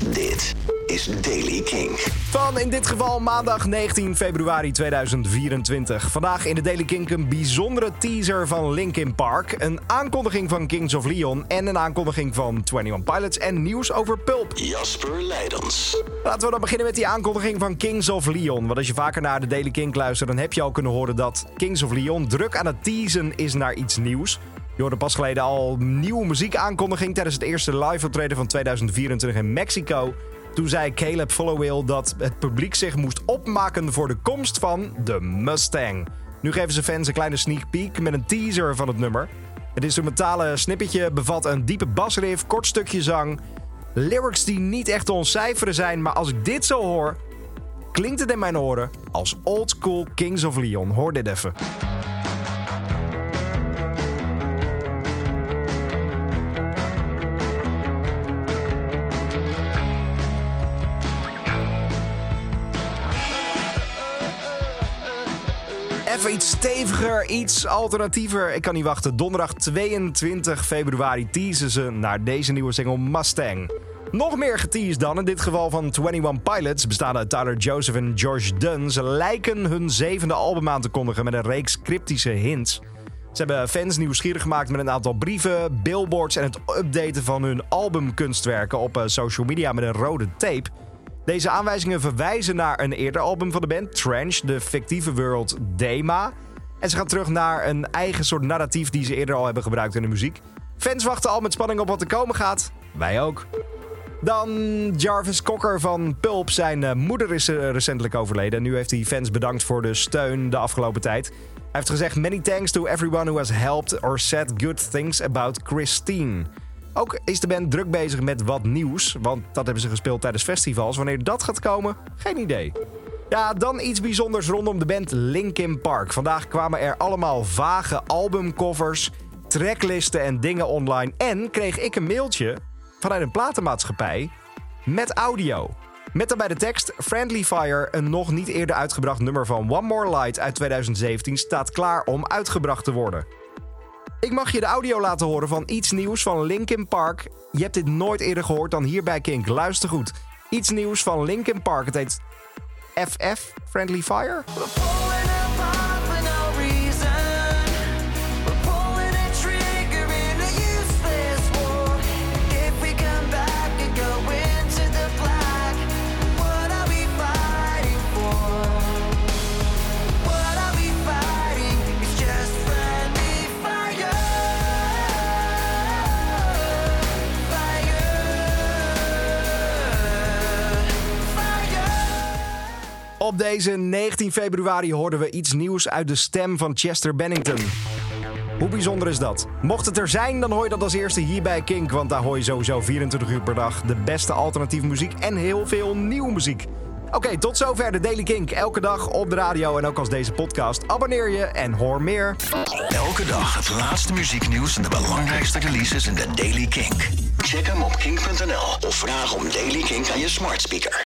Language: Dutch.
Dit is Daily King. Van in dit geval maandag 19 februari 2024. Vandaag in de Daily King een bijzondere teaser van Linkin Park, een aankondiging van Kings of Leon en een aankondiging van 21 Pilots en nieuws over Pulp. Jasper Leidens. Laten we dan beginnen met die aankondiging van Kings of Leon. Want als je vaker naar de Daily King luistert, dan heb je al kunnen horen dat Kings of Leon druk aan het teasen is naar iets nieuws. Je hoorde pas geleden al nieuwe muziekaankondiging tijdens het eerste live optreden van 2024 in Mexico. Toen zei Caleb Followill dat het publiek zich moest opmaken voor de komst van de Mustang. Nu geven ze fans een kleine sneak peek met een teaser van het nummer. Het instrumentale snippetje bevat een diepe basriff, kort stukje zang, lyrics die niet echt te ontcijferen zijn, maar als ik dit zo hoor, klinkt het in mijn oren als old school Kings of Leon. Hoor dit even. Even iets steviger, iets alternatiever. Ik kan niet wachten. Donderdag 22 februari teasen ze naar deze nieuwe single Mustang. Nog meer geteased dan, in dit geval van 21 Pilots, bestaande uit Tyler Joseph en Josh Dun. Ze lijken hun 7e album aan te kondigen met een reeks cryptische hints. Ze hebben fans nieuwsgierig gemaakt met een aantal brieven, billboards en het updaten van hun albumkunstwerken op social media met een rode tape. Deze aanwijzingen verwijzen naar een eerder album van de band, Trench, de fictieve world Dema. En ze gaan terug naar een eigen soort narratief die ze eerder al hebben gebruikt in de muziek. Fans wachten al met spanning op wat er komen gaat. Wij ook. Dan Jarvis Cocker van Pulp. Zijn moeder is recentelijk overleden. En nu heeft hij fans bedankt voor de steun de afgelopen tijd. Hij heeft gezegd: "Many thanks to everyone who has helped or said good things about Christine." Ook is de band druk bezig met wat nieuws, want dat hebben ze gespeeld tijdens festivals. Wanneer dat gaat komen, geen idee. Ja, dan iets bijzonders rondom de band Linkin Park. Vandaag kwamen er allemaal vage albumcovers, tracklisten en dingen online. En kreeg ik een mailtje vanuit een platenmaatschappij met audio. Met daarbij de tekst: "Friendly Fire, een nog niet eerder uitgebracht nummer van One More Light uit 2017, staat klaar om uitgebracht te worden." Ik mag je de audio laten horen van iets nieuws van Linkin Park. Je hebt dit nooit eerder gehoord dan hier bij Kink. Luister goed. Iets nieuws van Linkin Park. Het heet FF, Friendly Fire. Op deze 19 februari hoorden we iets nieuws uit de stem van Chester Bennington. Hoe bijzonder is dat? Mocht het er zijn, dan hoor je dat als eerste hier bij Kink. Want daar hoor je sowieso 24 uur per dag de beste alternatieve muziek en heel veel nieuwe muziek. Oké, tot zover de Daily Kink. Elke dag op de radio en ook als deze podcast. Abonneer je en hoor meer. Elke dag het laatste muzieknieuws en de belangrijkste releases in de Daily Kink. Check hem op kink.nl of vraag om Daily Kink aan je smart speaker.